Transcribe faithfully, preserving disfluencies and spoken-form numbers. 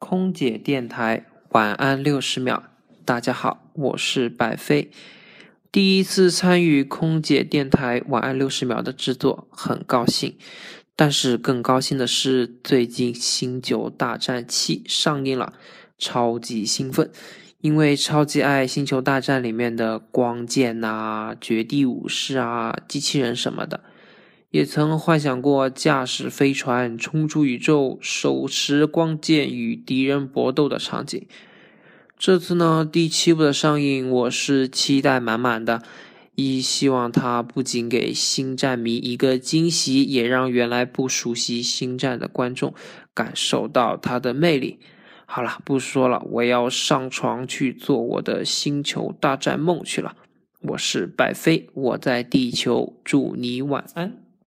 空姐电台晚安六十秒，大家好，我是百飞。第一次参与空姐电台晚安六十秒的制作，很高兴。但是更高兴的是，最近《星球大战七》上映了，超级兴奋，因为超级爱《星球大战》里面的光剑啊、绝地武士啊、机器人什么的。也曾幻想过驾驶飞船冲出宇宙，手持光剑与敌人搏斗的场景。这次呢，第七部的上映，我是期待满满的，一希望它不仅给星战迷一个惊喜，也让原来不熟悉星战的观众感受到它的魅力。好了，不说了，我要上床去做我的星球大战梦去了。我是百飞，我在地球，祝你晚安。